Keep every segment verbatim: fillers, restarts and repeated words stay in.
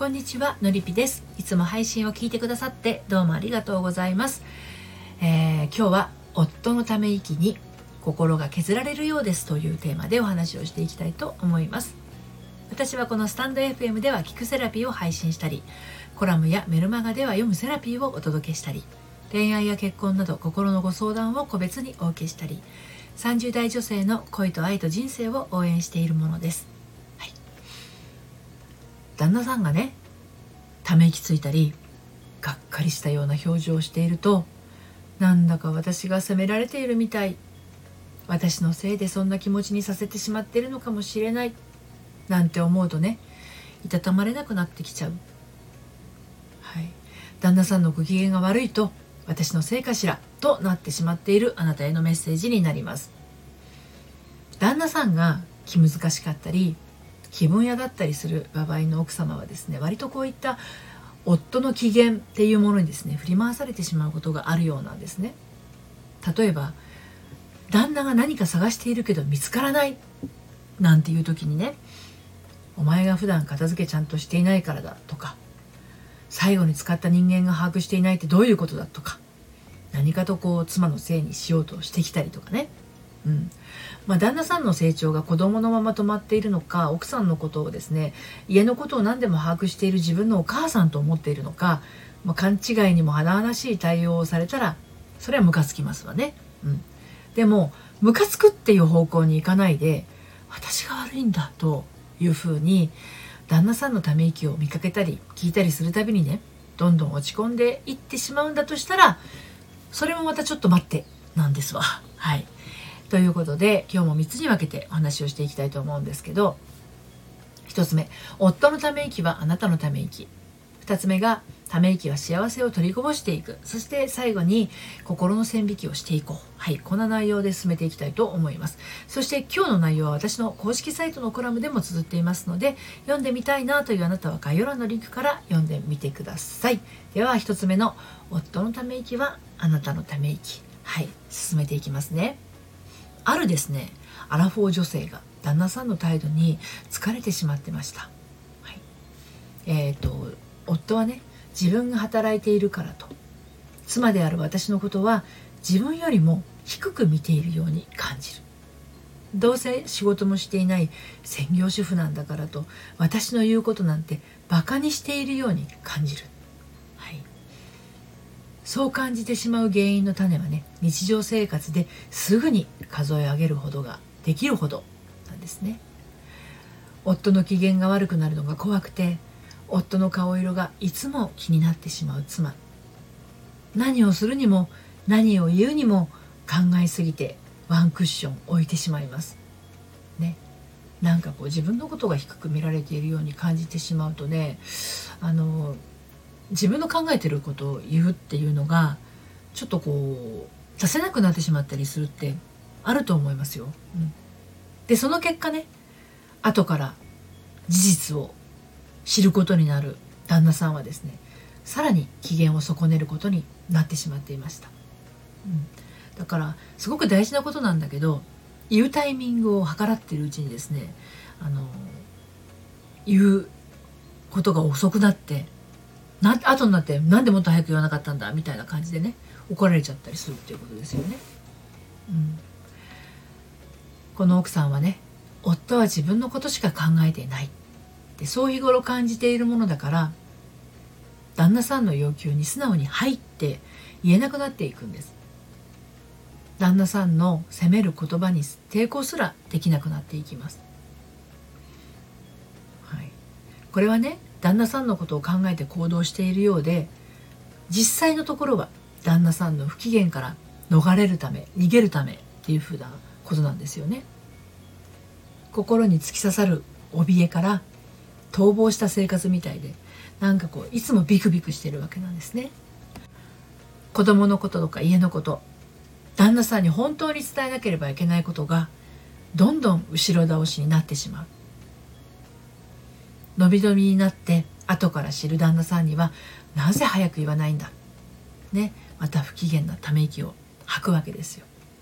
こんにちは、のりぴです。いつも配信を聞いてくださってどうもありがとうございます。えー、今日は夫のため息に心が削られるようですというテーマでお話をしていきたいと思います。私はこのスタンド エフエム では聞くセラピーを配信したり、コラムやメルマガでは読むセラピーをお届けしたり、恋愛や結婚など心のご相談を個別にお受けしたり、さんじゅう代女性の恋と愛と人生を応援しているものです。はい、旦那さんがね、ため息ついたりがっかりしたような表情をしていると、なんだか私が責められているみたい、私のせいでそんな気持ちにさせてしまっているのかもしれないなんて思うとね、いたたまれなくなってきちゃう。はい、旦那さんのご機嫌が悪いと私のせいかしらとなってしまっているあなたへのメッセージになります。旦那さんが気難しかったり気分屋だったりする場合の奥様はですね、割とこういった夫の機嫌っていうものにですね振り回されてしまうことがあるようなんですね。例えば旦那が何か探しているけど見つからないなんていう時にね、お前が普段片付けちゃんとしていないからだとか、最後に使った人間が把握していないってどういうことだとか、何かとこう妻のせいにしようとしてきたりとかね。うんまあ、旦那さんの成長が子供のまま止まっているのか、奥さんのことをですね、家のことを何でも把握している自分のお母さんと思っているのか、まあ、勘違いにも甚だしい対応をされたらそれはムカつきますわね。うん、でもムカつくっていう方向に行かないで、私が悪いんだというふうに旦那さんのため息を見かけたり聞いたりするたびにね、どんどん落ち込んでいってしまうんだとしたら、それもまたちょっと待ってなんですわ。はいということで、今日もみっつに分けてお話をしていきたいと思うんですけど、ひとつめ、夫のため息はあなたのため息。ふたつめが、ため息は幸せを取りこぼしていく。そして最後に、心の線引きをしていこう。はい、こんな内容で進めていきたいと思います。そして今日の内容は私の公式サイトのコラムでも綴っていますので、読んでみたいなというあなたは概要欄のリンクから読んでみてください。ではひとつめの、夫のため息はあなたのため息。はい、進めていきますね。あるですね、アラフォー女性が旦那さんの態度に疲れてしまってました。はい、えーと夫はね、自分が働いているからと妻である私のことは自分よりも低く見ているように感じる。どうせ仕事もしていない専業主婦なんだからと私の言うことなんてバカにしているように感じる。はい、そう感じてしまう原因の種はね、日常生活ですぐに数え上げるほどができるほどなんですね。夫の機嫌が悪くなるのが怖くて、夫の顔色がいつも気になってしまう妻。何をするにも何を言うにも考えすぎてワンクッション置いてしまいますね。なんかこう自分のことが低く見られているように感じてしまうとね、あの自分の考えてることを言うっていうのがちょっとこう出せなくなってしまったりするってあると思いますよ。うん、でその結果ね、後から事実を知ることになる旦那さんはですね、さらに機嫌を損ねることになってしまっていました。うん、だからすごく大事なことなんだけど、言うタイミングを計らっているうちにですね、あの言うことが遅くなってな後になって、なんでもっと早く言わなかったんだみたいな感じでね、怒られちゃったりするっていうことですよね。うん、この奥さんはね、夫は自分のことしか考えていないで、そう日頃感じているものだから、旦那さんの要求に素直に「はい」って言えなくなっていくんです。旦那さんの責める言葉に抵抗すらできなくなっていきます。はい、これはね、旦那さんのことを考えて行動しているようで、実際のところは旦那さんの不機嫌から逃れるため、逃げるためっていうふうなことなんですよね。心に突き刺さる怯えから逃亡した生活みたいで、なんかこういつもビクビクしてるわけなんですね。子供のこととか家のこと、旦那さんに本当に伝えなければいけないことがどんどん後ろ倒しになってしまう。伸び伸びになって後から知る旦那さんには、なぜ早く言わないんだね、また不機嫌なため息を吐くわけですよ。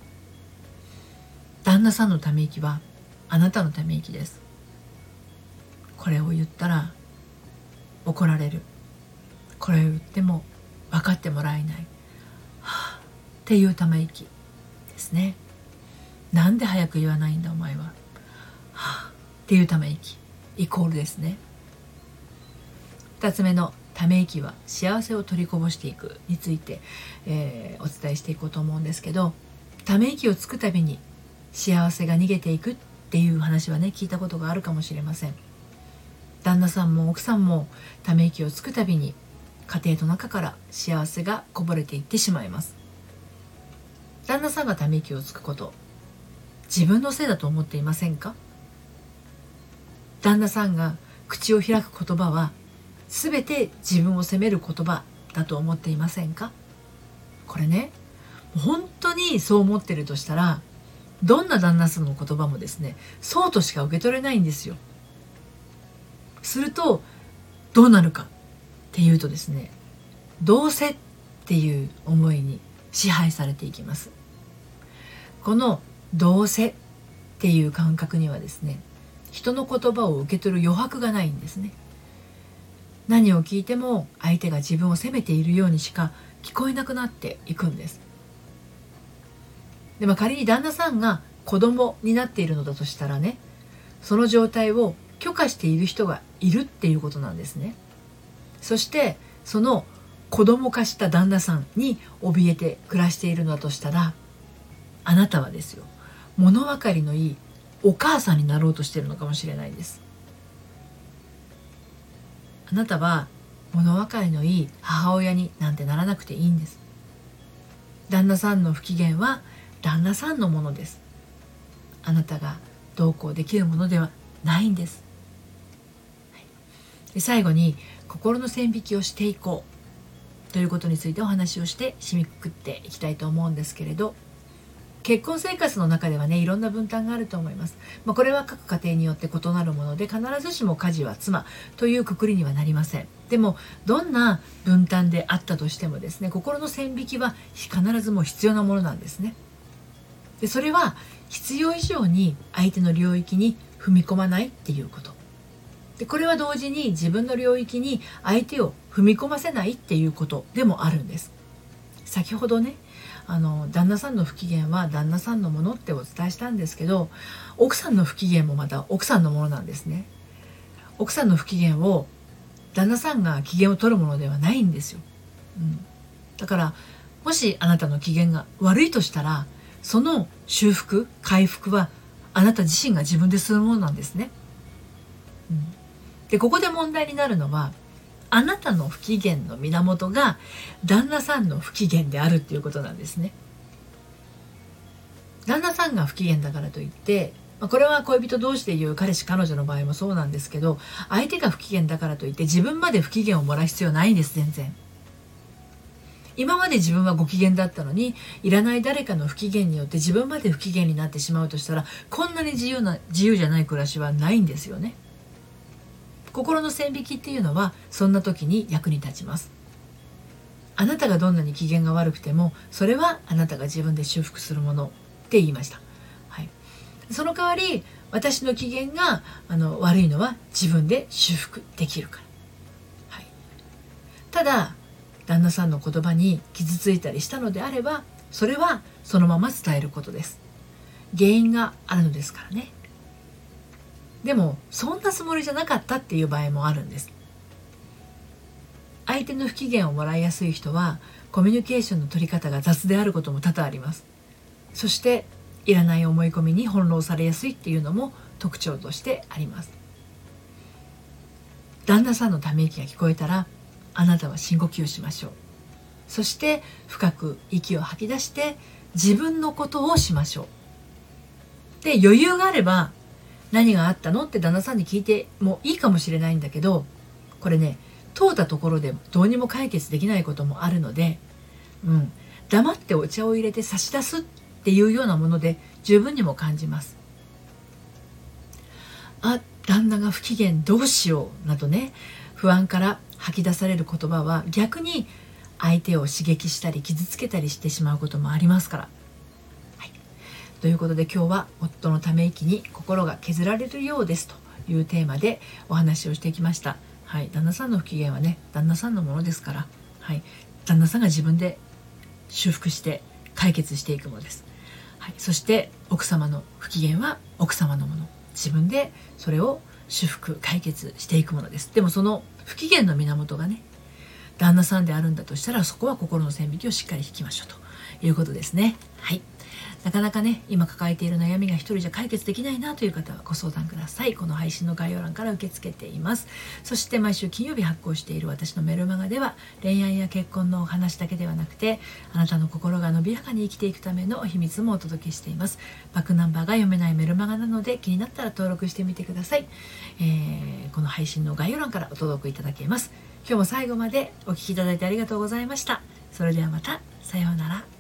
旦那さんのため息はあなたのため息です。これを言ったら怒られる、これを言っても分かってもらえない、はあ、っていうため息ですね。なんで早く言わないんだお前は、はあ、っていうため息イコールですね。二つ目のため息は幸せを取りこぼしていくについて、えー、お伝えしていこうと思うんですけど、ため息をつくたびに幸せが逃げていくっていう話はね、聞いたことがあるかもしれません。旦那さんも奥さんもため息をつくたびに家庭の中から幸せがこぼれていってしまいます。旦那さんがため息をつくこと、自分のせいだと思っていませんか？旦那さんが口を開く言葉はすべて自分を責める言葉だと思っていませんか？これね、本当にそう思ってるとしたら、どんな旦那さんの言葉もですね、そうとしか受け取れないんですよ。するとどうなるかっていうとですね、どうせっていう思いに支配されていきます。このどうせっていう感覚にはですね、人の言葉を受け取る余白がないんですね。何を聞いても相手が自分を責めているようにしか聞こえなくなっていくんです。でも仮に旦那さんが子供になっているのだとしたらね、その状態を許可している人がいるっていうことなんですね。そしてその子供化した旦那さんに怯えて暮らしているのだとしたら、あなたはですよ、物分かりのいいお母さんになろうとしているのかもしれないです。あなたは物分かりのいい母親になんてならなくていいんです。旦那さんの不機嫌は旦那さんのものです。あなたがどうこうできるものではないんです。はい、で最後に心の線引きをしていこうということについてお話をして締めくくっていきたいと思うんですけれど、結婚生活の中ではね、いろんな分担があると思います。まあ、これは各家庭によって異なるもので、必ずしも家事は妻というくくりにはなりません。でもどんな分担であったとしてもですね、心の線引きは必ずも必要なものなんですね。でそれは必要以上に相手の領域に踏み込まないっていうことで、これは同時に自分の領域に相手を踏み込ませないっていうことでもあるんです。先ほどね、あの旦那さんの不機嫌は旦那さんのものってお伝えしたんですけど、奥さんの不機嫌もまた奥さんのものなんですね。奥さんの不機嫌を旦那さんが機嫌を取るものではないんですよ、うん、だからもしあなたの機嫌が悪いとしたら、その修復回復はあなた自身が自分でするものなんですね、うん、でここで問題になるのは、あなたの不機嫌の源が旦那さんの不機嫌であるっていうことなんですね。旦那さんが不機嫌だからといって、これは恋人同士でいう彼氏彼女の場合もそうなんですけど、相手が不機嫌だからといって自分まで不機嫌をもらう必要ないんです。全然今まで自分はご機嫌だったのに、いらない誰かの不機嫌によって自分まで不機嫌になってしまうとしたら、こんなに自由な自由じゃない暮らしはないんですよね。心の線引きっていうのはそんな時に役に立ちます。あなたがどんなに機嫌が悪くても、それはあなたが自分で修復するものって言いました、はい、その代わり私の機嫌があの悪いのは自分で修復できるから、はい、ただ旦那さんの言葉に傷ついたりしたのであれば、それはそのまま伝えることです。原因があるのですからね。でもそんなつもりじゃなかったっていう場合もあるんです。相手の不機嫌をもらいやすい人はコミュニケーションの取り方が雑であることも多々あります。そしていらない思い込みに翻弄されやすいっていうのも特徴としてあります。旦那さんのため息が聞こえたら、あなたは深呼吸しましょう。そして深く息を吐き出して自分のことをしましょう。で余裕があれば、何があったのって旦那さんに聞いてもいいかもしれないんだけど、これね、問うたところでどうにも解決できないこともあるので、うん、黙ってお茶を入れて差し出すっていうようなもので十分にも感じます。あ、旦那が不機嫌どうしようなどね、不安から吐き出される言葉は逆に相手を刺激したり傷つけたりしてしまうこともありますから。ということで今日は夫のため息に心が削られるようですというテーマでお話をしてきました。 はい、旦那さんの不機嫌はね旦那さんのものですから、はい、旦那さんが自分で修復して解決していくものです、はい、そして奥様の不機嫌は奥様のもの、自分でそれを修復解決していくものです。でもその不機嫌の源がね旦那さんであるんだとしたら、そこは心の線引きをしっかり引きましょうということですね。はい、なかなかね今抱えている悩みが一人じゃ解決できないなという方はご相談ください。この配信の概要欄から受け付けています。そして毎週金曜日発行している私のメルマガでは、恋愛や結婚のお話だけではなくて、あなたの心が伸びやかに生きていくための秘密もお届けしています。バックナンバーが読めないメルマガなので、気になったら登録してみてください。えー、この配信の概要欄からお届けいただけます。今日も最後までお聞きいただいてありがとうございました。それではまた、さようなら。